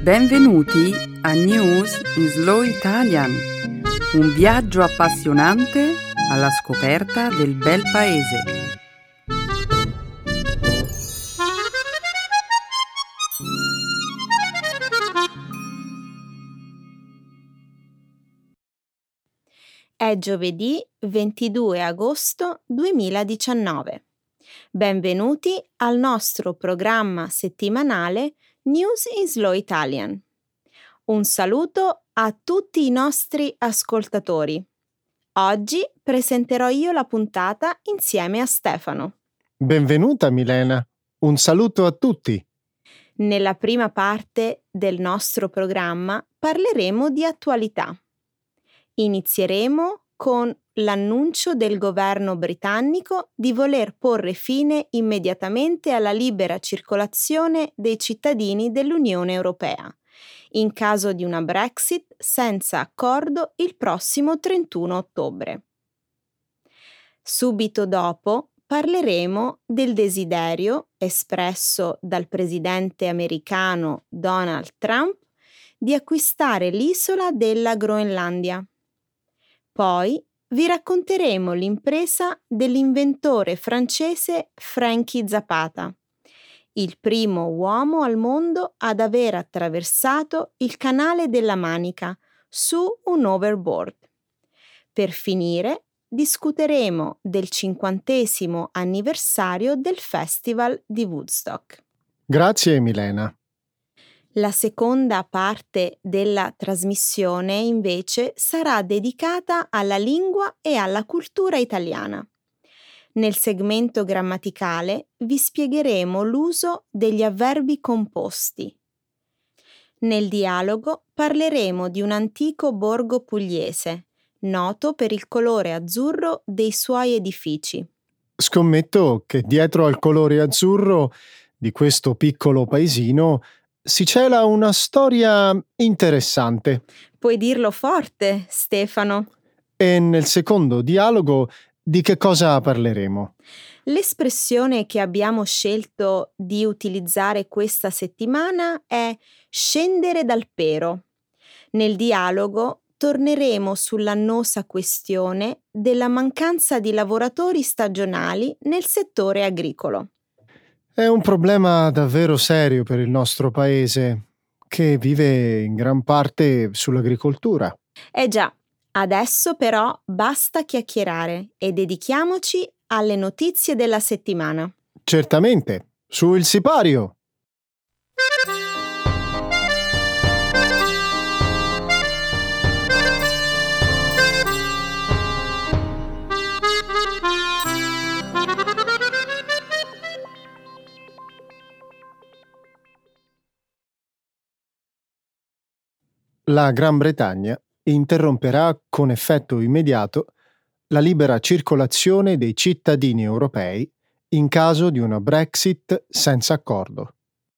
Benvenuti a News in Slow Italian, un viaggio appassionante alla scoperta del bel paese. È giovedì 22 agosto 2019. Benvenuti al nostro programma settimanale News in Slow Italian. Un saluto a tutti i nostri ascoltatori. Oggi presenterò io la puntata insieme a Stefano. Benvenuta Milena, un saluto a tutti. Nella prima parte del nostro programma parleremo di attualità. Inizieremo con l'annuncio del governo britannico di voler porre fine immediatamente alla libera circolazione dei cittadini dell'Unione Europea, in caso di una Brexit senza accordo il prossimo 31 ottobre. Subito dopo parleremo del desiderio espresso dal presidente americano Donald Trump di acquistare l'isola della Groenlandia. Poi vi racconteremo l'impresa dell'inventore francese Frankie Zapata, il primo uomo al mondo ad aver attraversato il canale della Manica su un overboard. Per finire, discuteremo del 50° anniversario del Festival di Woodstock. Grazie Milena. La seconda parte della trasmissione, invece, sarà dedicata alla lingua e alla cultura italiana. Nel segmento grammaticale vi spiegheremo l'uso degli avverbi composti. Nel dialogo parleremo di un antico borgo pugliese, noto per il colore azzurro dei suoi edifici. Scommetto che dietro al colore azzurro di questo piccolo paesino si cela una storia interessante. Puoi dirlo forte, Stefano. E nel secondo dialogo di che cosa parleremo? L'espressione che abbiamo scelto di utilizzare questa settimana è scendere dal pero. Nel dialogo torneremo sull'annosa questione della mancanza di lavoratori stagionali nel settore agricolo. È un problema davvero serio per il nostro paese, che vive in gran parte sull'agricoltura. Già, adesso però basta chiacchierare e dedichiamoci alle notizie della settimana. Certamente, su il sipario! La Gran Bretagna interromperà con effetto immediato la libera circolazione dei cittadini europei in caso di una Brexit senza accordo.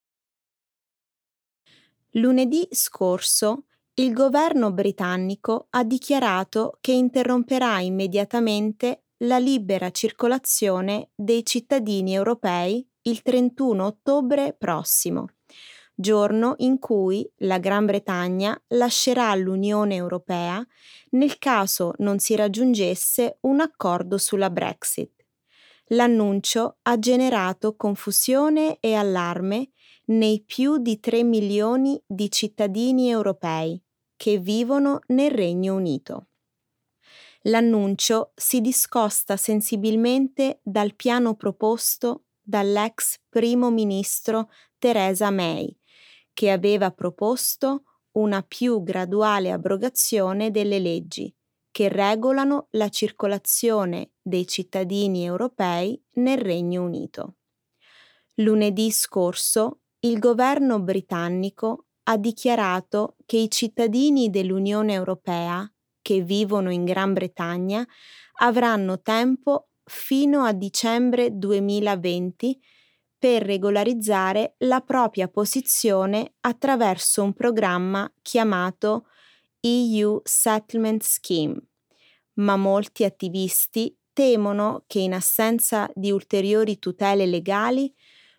Lunedì scorso il governo britannico ha dichiarato che interromperà immediatamente la libera circolazione dei cittadini europei il 31 ottobre prossimo, giorno in cui la Gran Bretagna lascerà l'Unione Europea nel caso non si raggiungesse un accordo sulla Brexit. L'annuncio ha generato confusione e allarme nei più di 3 milioni di cittadini europei che vivono nel Regno Unito. L'annuncio si discosta sensibilmente dal piano proposto dall'ex primo ministro Theresa May, che aveva proposto una più graduale abrogazione delle leggi che regolano la circolazione dei cittadini europei nel Regno Unito. Lunedì scorso il governo britannico ha dichiarato che i cittadini dell'Unione Europea che vivono in Gran Bretagna avranno tempo fino a dicembre 2020 per regolarizzare la propria posizione attraverso un programma chiamato EU Settlement Scheme, ma molti attivisti temono che in assenza di ulteriori tutele legali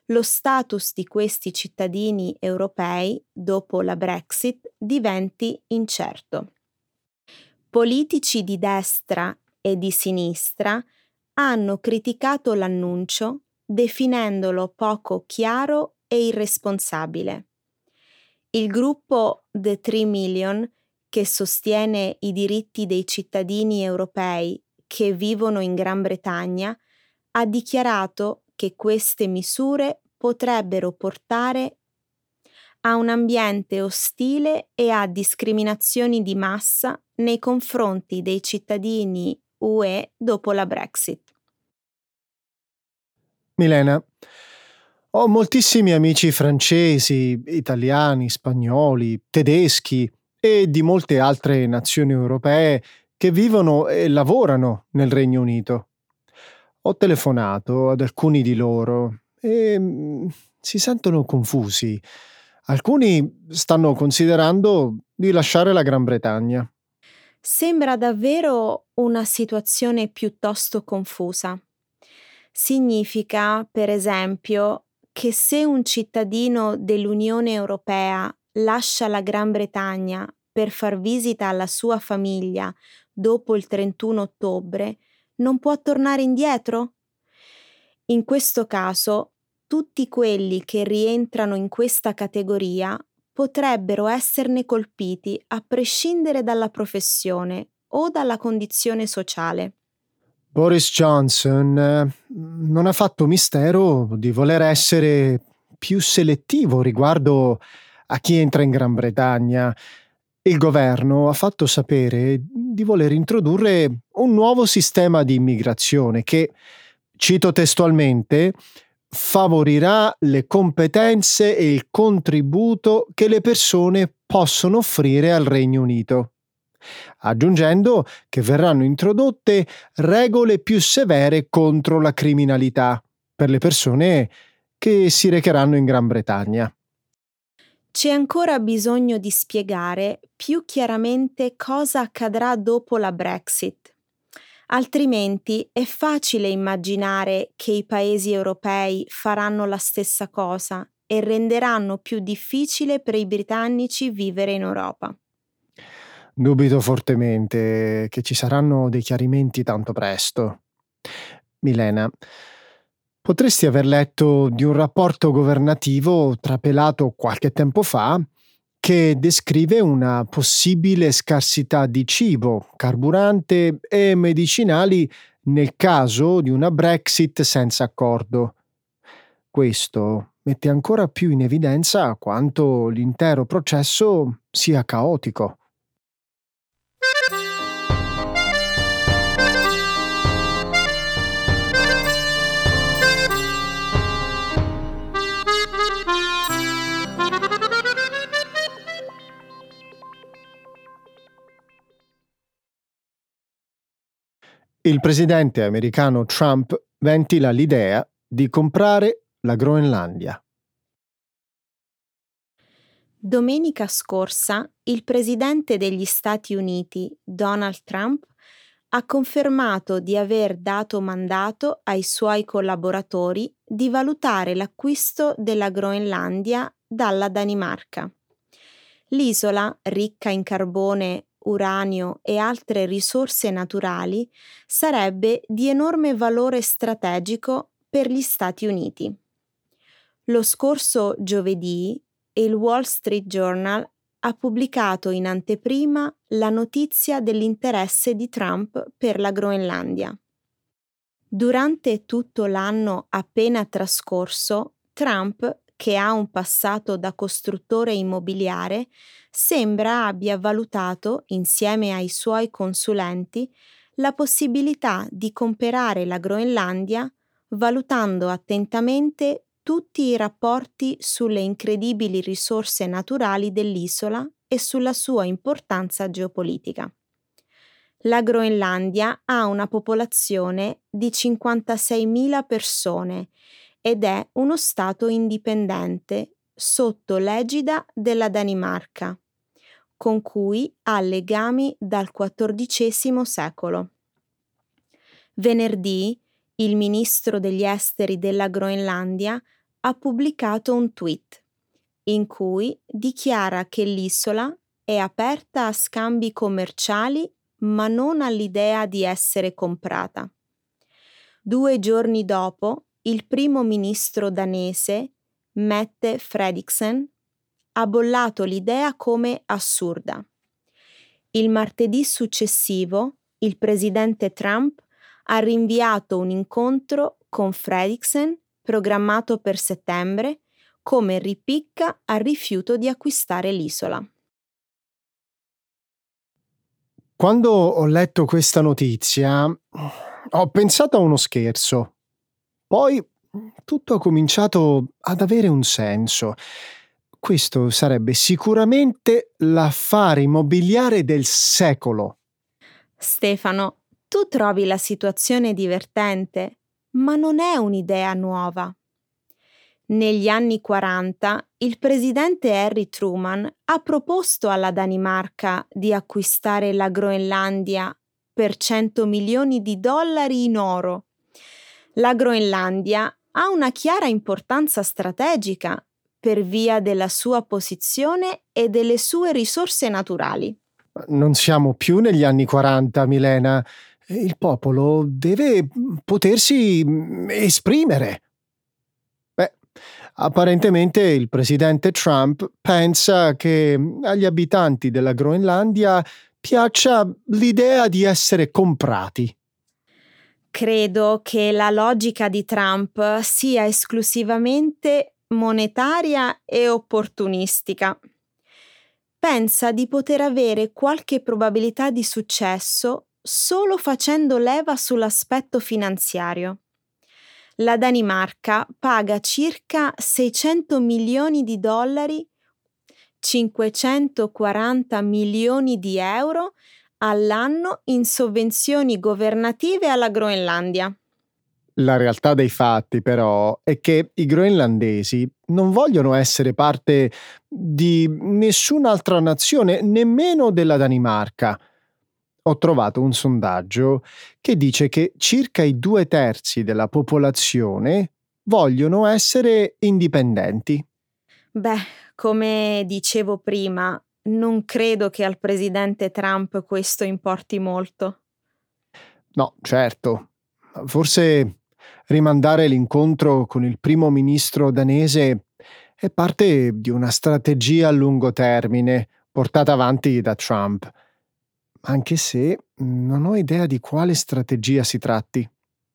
lo status di questi cittadini europei dopo la Brexit diventi incerto. Politici di destra e di sinistra hanno criticato l'annuncio definendolo poco chiaro e irresponsabile. Il gruppo The 3 Million, che sostiene i diritti dei cittadini europei che vivono in Gran Bretagna, ha dichiarato che queste misure potrebbero portare a un ambiente ostile e a discriminazioni di massa nei confronti dei cittadini UE dopo la Brexit. Milena, ho moltissimi amici francesi, italiani, spagnoli, tedeschi e di molte altre nazioni europee che vivono e lavorano nel Regno Unito. Ho telefonato ad alcuni di loro e si sentono confusi. Alcuni stanno considerando di lasciare la Gran Bretagna. Sembra davvero una situazione piuttosto confusa. Significa, per esempio, che se un cittadino dell'Unione Europea lascia la Gran Bretagna per far visita alla sua famiglia dopo il 31 ottobre, non può tornare indietro? In questo caso, tutti quelli che rientrano in questa categoria potrebbero esserne colpiti a prescindere dalla professione o dalla condizione sociale. Boris Johnson non ha fatto mistero di voler essere più selettivo riguardo a chi entra in Gran Bretagna. Il governo ha fatto sapere di voler introdurre un nuovo sistema di immigrazione che, cito testualmente, favorirà le competenze e il contributo che le persone possono offrire al Regno Unito, aggiungendo che verranno introdotte regole più severe contro la criminalità per le persone che si recheranno in Gran Bretagna. C'è ancora bisogno di spiegare più chiaramente cosa accadrà dopo la Brexit. Altrimenti è facile immaginare che i paesi europei faranno la stessa cosa e renderanno più difficile per i britannici vivere in Europa. Dubito fortemente che ci saranno dei chiarimenti tanto presto. Milena, potresti aver letto di un rapporto governativo trapelato qualche tempo fa che descrive una possibile scarsità di cibo, carburante e medicinali nel caso di una Brexit senza accordo. Questo mette ancora più in evidenza quanto l'intero processo sia caotico. Il presidente americano Trump ventila l'idea di comprare la Groenlandia. Domenica scorsa il presidente degli Stati Uniti, Donald Trump, ha confermato di aver dato mandato ai suoi collaboratori di valutare l'acquisto della Groenlandia dalla Danimarca. L'isola, ricca in carbone, uranio e altre risorse naturali, sarebbe di enorme valore strategico per gli Stati Uniti. Lo scorso giovedì il Wall Street Journal ha pubblicato in anteprima la notizia dell'interesse di Trump per la Groenlandia. Durante tutto l'anno appena trascorso, Trump, che ha un passato da costruttore immobiliare, sembra abbia valutato, insieme ai suoi consulenti, la possibilità di comprare la Groenlandia, valutando attentamente tutti i rapporti sulle incredibili risorse naturali dell'isola e sulla sua importanza geopolitica. La Groenlandia ha una popolazione di 56.000 persone ed è uno stato indipendente sotto l'egida della Danimarca, con cui ha legami dal XIV secolo. Venerdì il ministro degli esteri della Groenlandia ha pubblicato un tweet in cui dichiara che l'isola è aperta a scambi commerciali ma non all'idea di essere comprata. 2 giorni dopo, il primo ministro danese, Mette Frederiksen, ha bollato l'idea come assurda. Il martedì successivo, il presidente Trump ha rinviato un incontro con Frederiksen programmato per settembre come ripicca al rifiuto di acquistare l'isola. Quando ho letto questa notizia, ho pensato a uno scherzo. Poi tutto ha cominciato ad avere un senso. Questo sarebbe sicuramente l'affare immobiliare del secolo. Stefano, tu trovi la situazione divertente, ma non è un'idea nuova. Negli anni 40 il presidente Harry Truman ha proposto alla Danimarca di acquistare la Groenlandia per 100 milioni di dollari in oro. La Groenlandia ha una chiara importanza strategica per via della sua posizione e delle sue risorse naturali. Non siamo più negli anni 40, Milena. Il popolo deve potersi esprimere. Apparentemente il presidente Trump pensa che agli abitanti della Groenlandia piaccia l'idea di essere comprati. Credo che la logica di Trump sia esclusivamente monetaria e opportunistica. Pensa di poter avere qualche probabilità di successo solo facendo leva sull'aspetto finanziario. La Danimarca paga circa 600 milioni di dollari, 540 milioni di euro all'anno in sovvenzioni governative alla Groenlandia. La realtà dei fatti, però, è che i groenlandesi non vogliono essere parte di nessun'altra nazione, nemmeno della Danimarca. Ho trovato un sondaggio che dice che circa i 2/3 della popolazione vogliono essere indipendenti. Beh, come dicevo prima, non credo che al presidente Trump questo importi molto. No, certo. Forse rimandare l'incontro con il primo ministro danese è parte di una strategia a lungo termine portata avanti da Trump, anche se non ho idea di quale strategia si tratti.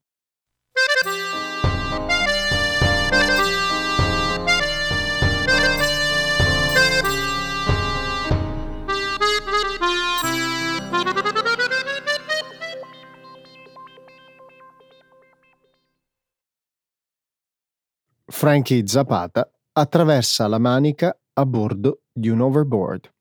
Frankie Zapata attraversa la Manica a bordo di un overboard.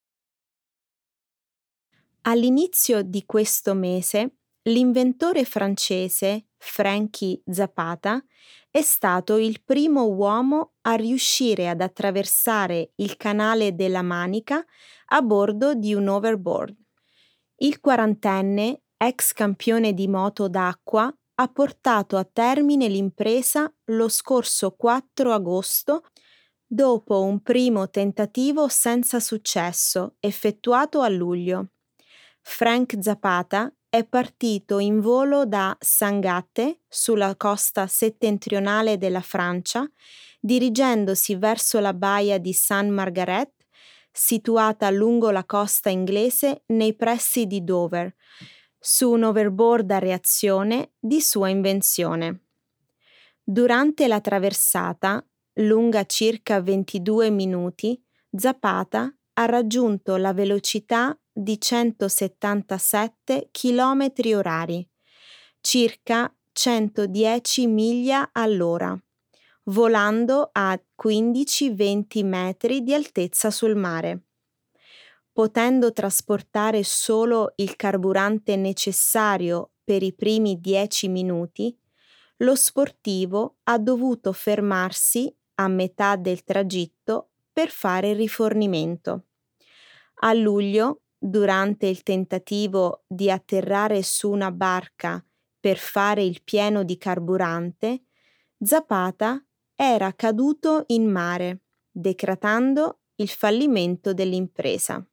All'inizio di questo mese, l'inventore francese Frankie Zapata è stato il primo uomo a riuscire ad attraversare il canale della Manica a bordo di un overboard. Il quarantenne, ex campione di moto d'acqua, ha portato a termine l'impresa lo scorso 4 agosto dopo un primo tentativo senza successo effettuato a luglio. Frank Zapata è partito in volo da Sangatte, sulla costa settentrionale della Francia, dirigendosi verso la baia di Saint Margaret, situata lungo la costa inglese nei pressi di Dover, su un overboard a reazione di sua invenzione. Durante la traversata, lunga circa 22 minuti, Zapata ha raggiunto la velocità di 177 km orari, circa 110 miglia all'ora, volando a 15-20 metri di altezza sul mare. Potendo trasportare solo il carburante necessario per i primi 10 minuti, lo sportivo ha dovuto fermarsi a metà del tragitto per fare il rifornimento. A luglio, durante il tentativo di atterrare su una barca per fare il pieno di carburante, Zapata era caduto in mare, decretando il fallimento dell'impresa.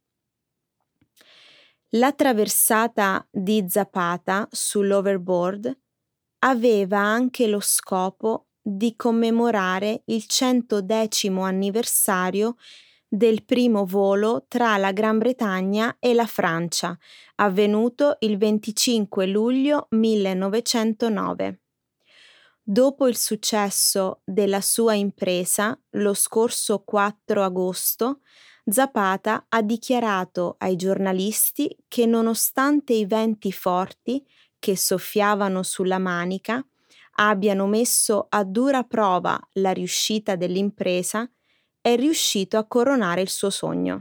La traversata di Zapata sull'overboard aveva anche lo scopo di commemorare il 110° anniversario del primo volo tra la Gran Bretagna e la Francia, avvenuto il 25 luglio 1909. Dopo il successo della sua impresa, lo scorso 4 agosto, Zapata ha dichiarato ai giornalisti che nonostante i venti forti che soffiavano sulla Manica abbiano messo a dura prova la riuscita dell'impresa, è riuscito a coronare il suo sogno.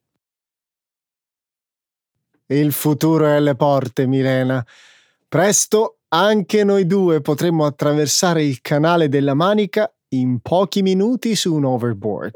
Il futuro è alle porte, Milena. Presto anche noi due potremo attraversare il canale della Manica in pochi minuti su un overboard.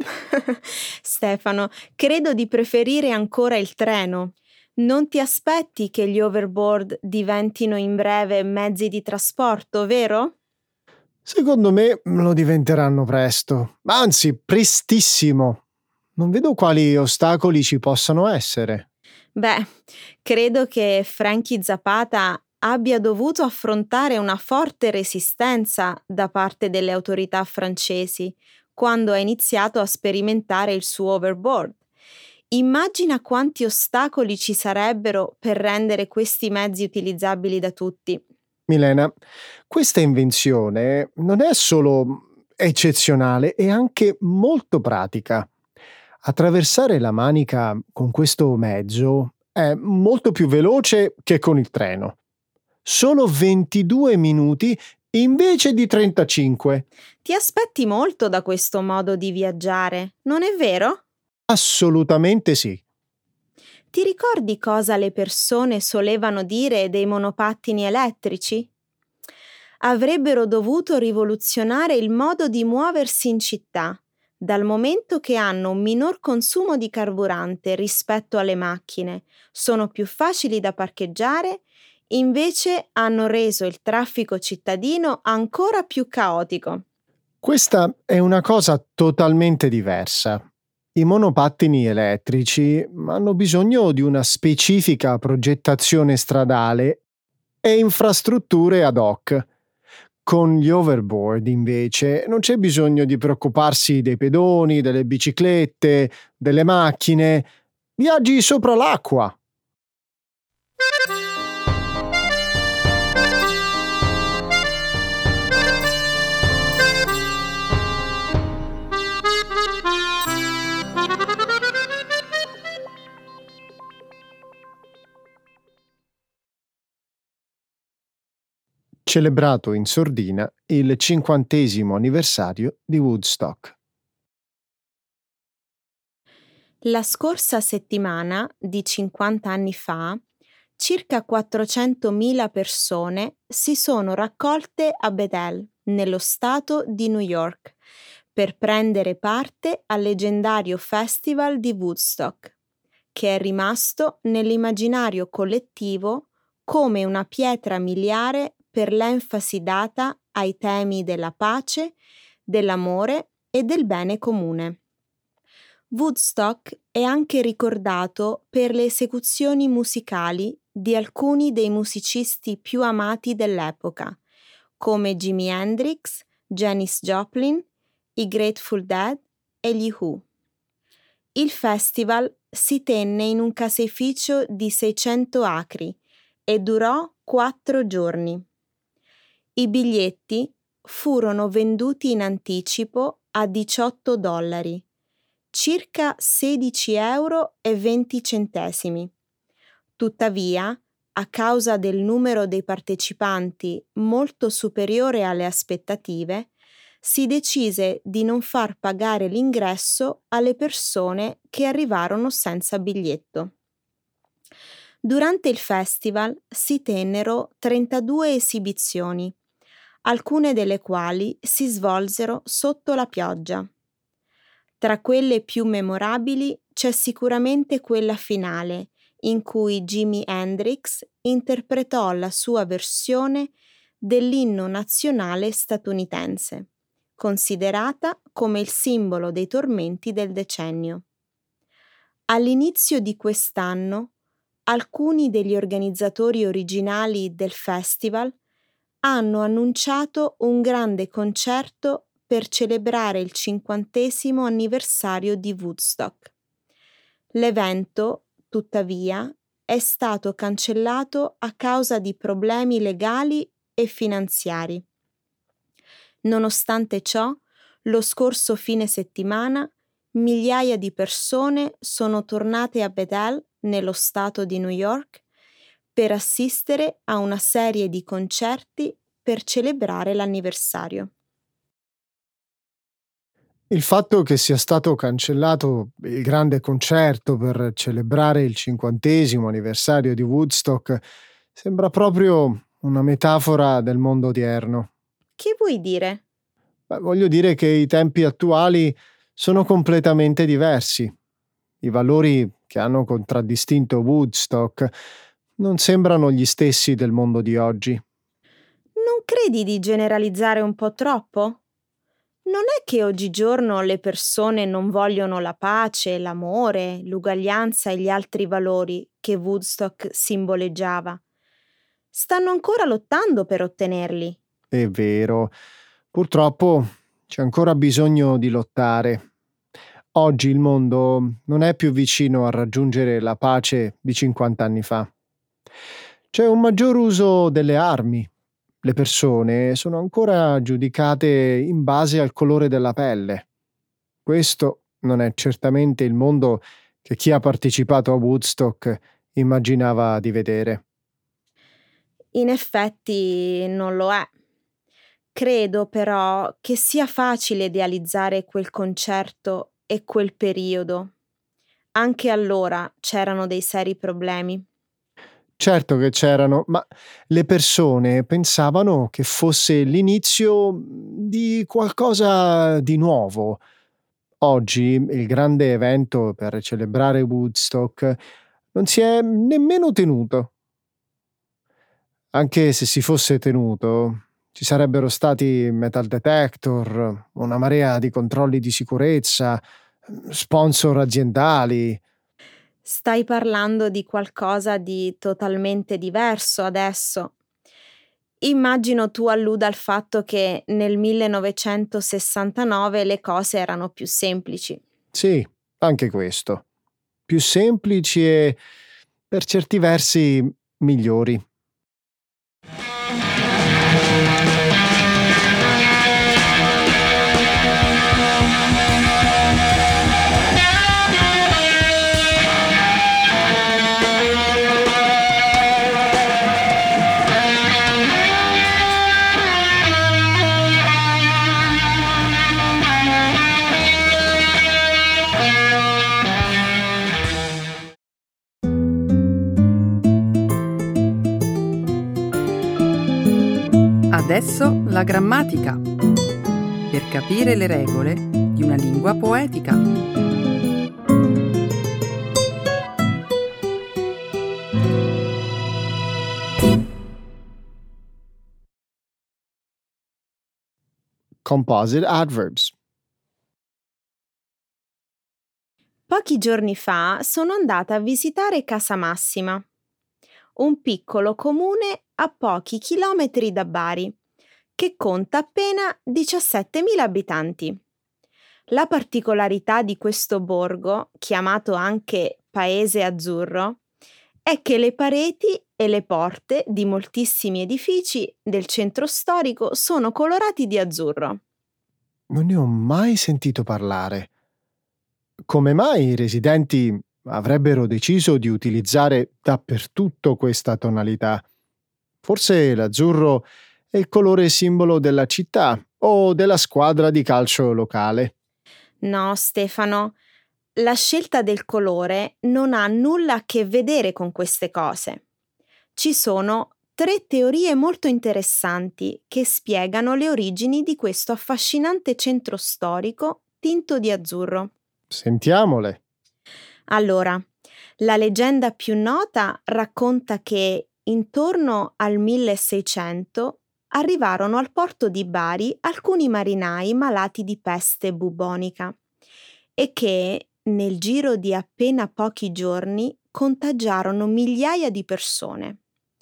Stefano, credo di preferire ancora il treno. Non ti aspetti che gli overboard diventino in breve mezzi di trasporto, vero? Secondo me lo diventeranno presto, anzi prestissimo. Non vedo quali ostacoli ci possano essere. Beh, credo che Frankie Zapata abbia dovuto affrontare una forte resistenza da parte delle autorità francesi quando ha iniziato a sperimentare il suo overboard. Immagina quanti ostacoli ci sarebbero per rendere questi mezzi utilizzabili da tutti. Milena, questa invenzione non è solo eccezionale, è anche molto pratica. Attraversare la Manica con questo mezzo è molto più veloce che con il treno. Solo 22 minuti invece di 35. Ti aspetti molto da questo modo di viaggiare, non è vero? Assolutamente sì. Ti ricordi cosa le persone solevano dire dei monopattini elettrici? Avrebbero dovuto rivoluzionare il modo di muoversi in città, dal momento che hanno un minor consumo di carburante rispetto alle macchine, sono più facili da parcheggiare, invece hanno reso il traffico cittadino ancora più caotico. Questa è una cosa totalmente diversa. I monopattini elettrici hanno bisogno di una specifica progettazione stradale e infrastrutture ad hoc. Con gli overboard, invece, non c'è bisogno di preoccuparsi dei pedoni, delle biciclette, delle macchine. Viaggi sopra l'acqua. Celebrato in sordina il 50° anniversario di Woodstock. La scorsa settimana, di 50 anni fa, circa 400.000 persone si sono raccolte a Bethel, nello stato di New York, per prendere parte al leggendario Festival di Woodstock, che è rimasto nell'immaginario collettivo come una pietra miliare per l'enfasi data ai temi della pace, dell'amore e del bene comune. Woodstock è anche ricordato per le esecuzioni musicali di alcuni dei musicisti più amati dell'epoca, come Jimi Hendrix, Janis Joplin, i Grateful Dead e gli Who. Il festival si tenne in un caseificio di 600 acri e durò 4 giorni. I biglietti furono venduti in anticipo a $18, circa 16,20 €. Tuttavia, a causa del numero dei partecipanti molto superiore alle aspettative, si decise di non far pagare l'ingresso alle persone che arrivarono senza biglietto. Durante il festival si tennero 32 esibizioni, alcune delle quali si svolsero sotto la pioggia. Tra quelle più memorabili c'è sicuramente quella finale, in cui Jimi Hendrix interpretò la sua versione dell'inno nazionale statunitense, considerata come il simbolo dei tormenti del decennio. All'inizio di quest'anno, alcuni degli organizzatori originali del festival hanno annunciato un grande concerto per celebrare il 50° anniversario di Woodstock. L'evento, tuttavia, è stato cancellato a causa di problemi legali e finanziari. Nonostante ciò, lo scorso fine settimana migliaia di persone sono tornate a Bethel, nello stato di New York, per assistere a una serie di concerti per celebrare l'anniversario. Il fatto che sia stato cancellato il grande concerto per celebrare il 50° anniversario di Woodstock sembra proprio una metafora del mondo odierno. Che vuoi dire? Beh, voglio dire che i tempi attuali sono completamente diversi. I valori che hanno contraddistinto Woodstock non sembrano gli stessi del mondo di oggi. Non credi di generalizzare un po' troppo? Non è che oggigiorno le persone non vogliono la pace, l'amore, l'uguaglianza e gli altri valori che Woodstock simboleggiava. Stanno ancora lottando per ottenerli. È vero, purtroppo c'è ancora bisogno di lottare. Oggi il mondo non è più vicino a raggiungere la pace di 50 anni fa. C'è un maggior uso delle armi. Le persone sono ancora giudicate in base al colore della pelle. Questo non è certamente il mondo che chi ha partecipato a Woodstock immaginava di vedere. In effetti non lo è. Credo però che sia facile idealizzare quel concerto e quel periodo. Anche allora c'erano dei seri problemi. Certo che c'erano, ma le persone pensavano che fosse l'inizio di qualcosa di nuovo. Oggi il grande evento per celebrare Woodstock non si è nemmeno tenuto. Anche se si fosse tenuto, ci sarebbero stati metal detector, una marea di controlli di sicurezza, sponsor aziendali. Stai parlando di qualcosa di totalmente diverso adesso. Immagino tu alluda al fatto che nel 1969 le cose erano più semplici. Sì, anche questo. Più semplici e, per certi versi, migliori. Adesso la grammatica, per capire le regole di una lingua poetica. Composite adverbs. Pochi giorni fa sono andata a visitare Casa Massima, un piccolo comune a pochi chilometri da Bari, che conta appena 17.000 abitanti. La particolarità di questo borgo, chiamato anche Paese Azzurro, è che le pareti e le porte di moltissimi edifici del centro storico sono colorati di azzurro. Non ne ho mai sentito parlare. Come mai i residenti avrebbero deciso di utilizzare dappertutto questa tonalità? Forse l'azzurro è il colore simbolo della città o della squadra di calcio locale. No, Stefano, la scelta del colore non ha nulla a che vedere con queste cose. Ci sono 3 teorie molto interessanti che spiegano le origini di questo affascinante centro storico tinto di azzurro. Sentiamole. Allora, la leggenda più nota racconta che intorno al 1600 arrivarono al porto di Bari alcuni marinai malati di peste bubonica e che, nel giro di appena pochi giorni, contagiarono migliaia di persone.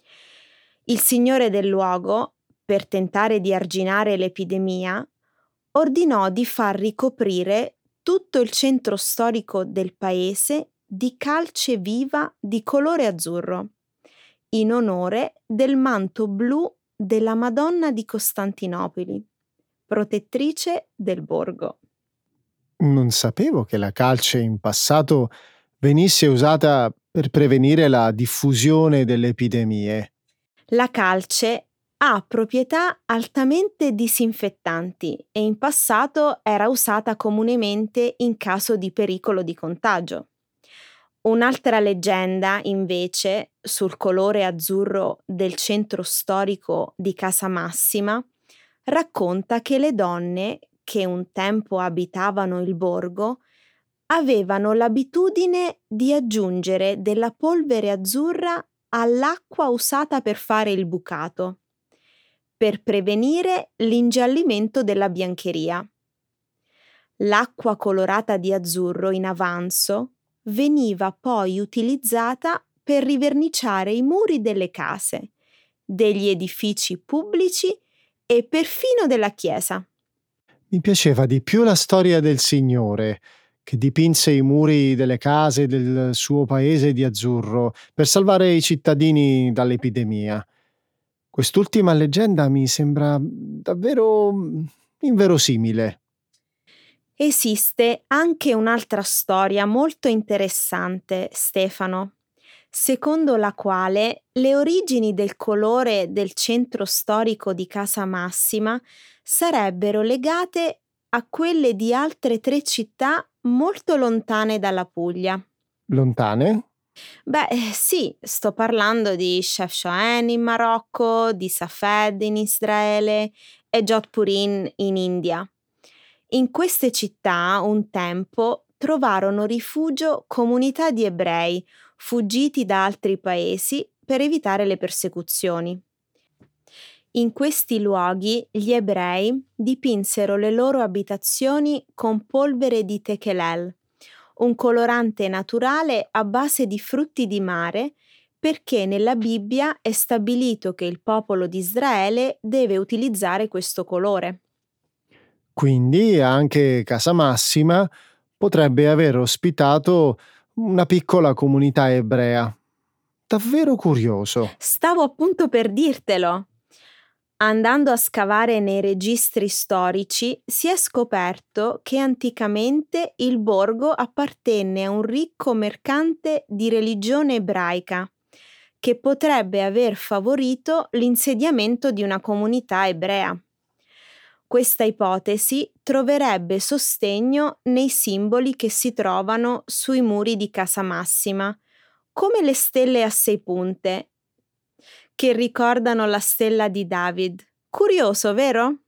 Il signore del luogo, per tentare di arginare l'epidemia, ordinò di far ricoprire tutto il centro storico del paese di calce viva di colore azzurro, in onore del manto blu della Madonna di Costantinopoli, protettrice del borgo. Non sapevo che la calce in passato venisse usata per prevenire la diffusione delle epidemie. La calce ha proprietà altamente disinfettanti e in passato era usata comunemente in caso di pericolo di contagio. Un'altra leggenda, invece, sul colore azzurro del centro storico di Casamassima, racconta che le donne che un tempo abitavano il borgo avevano l'abitudine di aggiungere della polvere azzurra all'acqua usata per fare il bucato, per prevenire l'ingiallimento della biancheria. L'acqua colorata di azzurro in avanzo veniva poi utilizzata per riverniciare i muri delle case, degli edifici pubblici e perfino della chiesa. Mi piaceva di più la storia del signore che dipinse i muri delle case del suo paese di azzurro per salvare i cittadini dall'epidemia. Quest'ultima leggenda mi sembra davvero inverosimile. Esiste anche un'altra storia molto interessante, Stefano, secondo la quale le origini del colore del centro storico di Casamassima sarebbero legate a quelle di altre 3 città molto lontane dalla Puglia. Lontane? Sì, sto parlando di Chefchaouen in Marocco, di Safed in Israele e Jodhpur in India. In queste città, un tempo, trovarono rifugio comunità di ebrei fuggiti da altri paesi per evitare le persecuzioni. In questi luoghi gli ebrei dipinsero le loro abitazioni con polvere di tekelel, un colorante naturale a base di frutti di mare, perché nella Bibbia è stabilito che il popolo di Israele deve utilizzare questo colore. Quindi anche Casamassima potrebbe aver ospitato una piccola comunità ebrea. Davvero curioso. Stavo appunto per dirtelo. Andando a scavare nei registri storici, si è scoperto che anticamente il borgo appartenne a un ricco mercante di religione ebraica, che potrebbe aver favorito l'insediamento di una comunità ebrea. Questa ipotesi troverebbe sostegno nei simboli che si trovano sui muri di Casamassima, come le stelle a 6 punte, che ricordano la stella di David. Curioso, vero?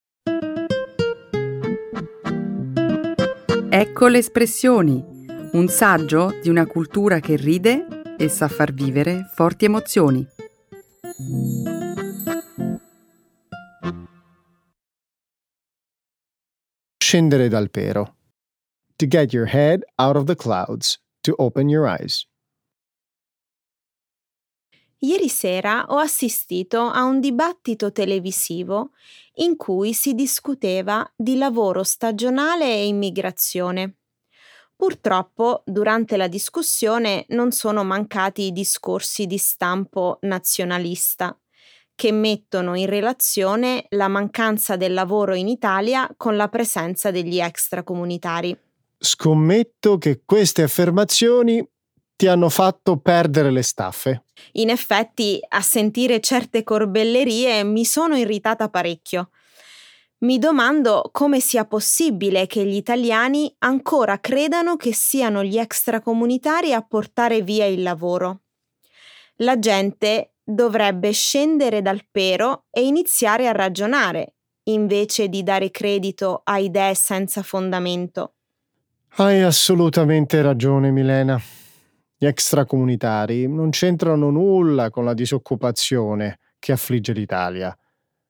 Ecco le espressioni, un saggio di una cultura che ride e sa far vivere forti emozioni. Scendere dal pero. To get your head out of the clouds, to open your eyes. Ieri sera ho assistito a un dibattito televisivo in cui si discuteva di lavoro stagionale e immigrazione. Purtroppo, durante la discussione non sono mancati discorsi di stampo nazionalista, che mettono in relazione la mancanza del lavoro in Italia con la presenza degli extracomunitari. Scommetto che queste affermazioni ti hanno fatto perdere le staffe. In effetti, a sentire certe corbellerie mi sono irritata parecchio. Mi domando come sia possibile che gli italiani ancora credano che siano gli extracomunitari a portare via il lavoro. La gente dovrebbe scendere dal pero e iniziare a ragionare, invece di dare credito a idee senza fondamento. Hai assolutamente ragione, Milena. Gli extracomunitari non c'entrano nulla con la disoccupazione che affligge l'Italia.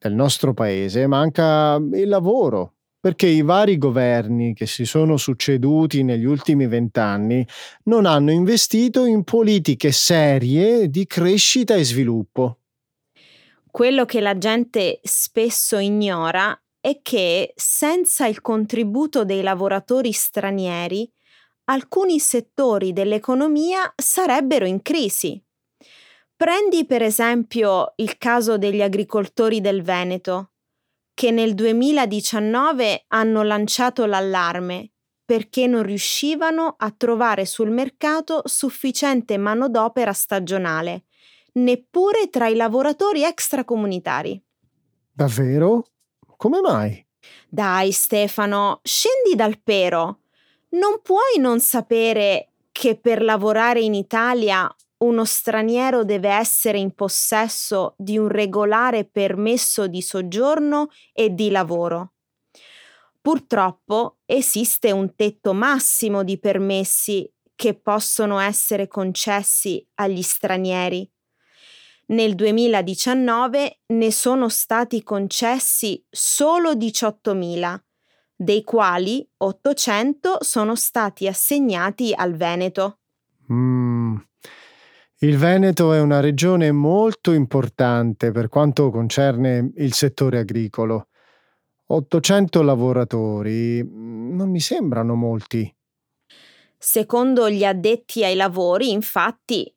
del nostro paese manca il lavoro, perché i vari governi che si sono succeduti negli ultimi 20 anni non hanno investito in politiche serie di crescita e sviluppo. Quello che la gente spesso ignora è che senza il contributo dei lavoratori stranieri, alcuni settori dell'economia sarebbero in crisi. Prendi per esempio il caso degli agricoltori del Veneto, che nel 2019 hanno lanciato l'allarme perché non riuscivano a trovare sul mercato sufficiente manodopera stagionale, neppure tra i lavoratori extracomunitari. Davvero? Come mai? Dai Stefano, scendi dal pero. Non puoi non sapere che per lavorare in Italia uno straniero deve essere in possesso di un regolare permesso di soggiorno e di lavoro. Purtroppo esiste un tetto massimo di permessi che possono essere concessi agli stranieri. Nel 2019 ne sono stati concessi solo 18.000, dei quali 800 sono stati assegnati al Veneto. Il Veneto è una regione molto importante per quanto concerne il settore agricolo. 800 lavoratori non mi sembrano molti. Secondo gli addetti ai lavori, infatti,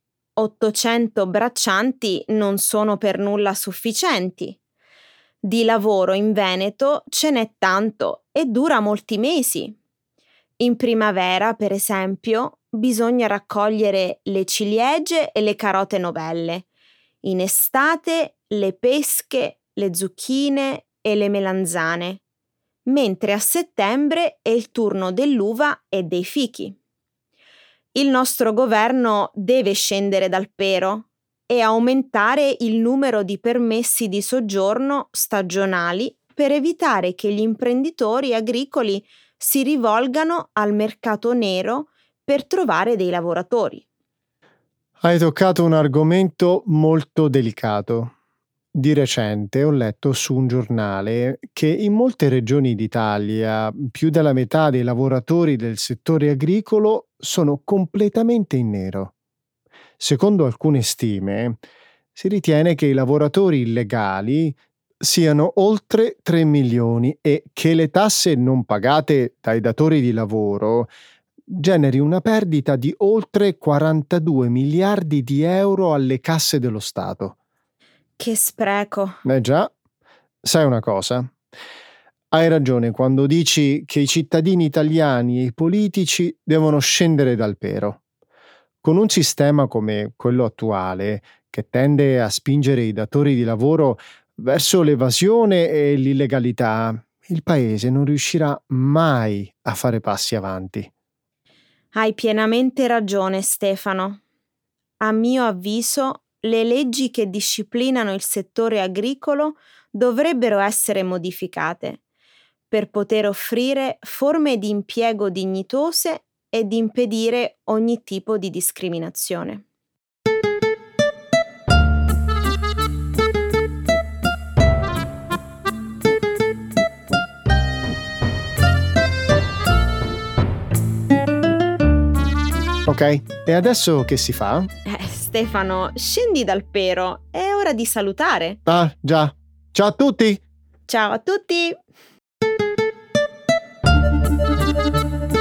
800 braccianti non sono per nulla sufficienti. Di lavoro in Veneto ce n'è tanto e dura molti mesi. In primavera, per esempio, bisogna raccogliere le ciliegie e le carote novelle. In estate le pesche, le zucchine e le melanzane. Mentre a settembre è il turno dell'uva e dei fichi. Il nostro governo deve scendere dal pero e aumentare il numero di permessi di soggiorno stagionali per evitare che gli imprenditori agricoli si rivolgano al mercato nero per trovare dei lavoratori. Hai toccato un argomento molto delicato. Di recente ho letto su un giornale che in molte regioni d'Italia più della metà dei lavoratori del settore agricolo sono completamente in nero. Secondo alcune stime, si ritiene che i lavoratori illegali siano oltre 3 milioni e che le tasse non pagate dai datori di lavoro generi una perdita di oltre 42 miliardi di euro alle casse dello Stato. Che spreco! Già, sai una cosa? Hai ragione quando dici che i cittadini italiani e i politici devono scendere dal pero. Con un sistema come quello attuale, che tende a spingere i datori di lavoro verso l'evasione e l'illegalità, il paese non riuscirà mai a fare passi avanti. Hai pienamente ragione, Stefano. A mio avviso, le leggi che disciplinano il settore agricolo dovrebbero essere modificate per poter offrire forme di impiego dignitose e di impedire ogni tipo di discriminazione. Ok, e adesso che si fa? Stefano, scendi dal pero, è ora di salutare. Ah, già. Ciao a tutti! Ciao a tutti!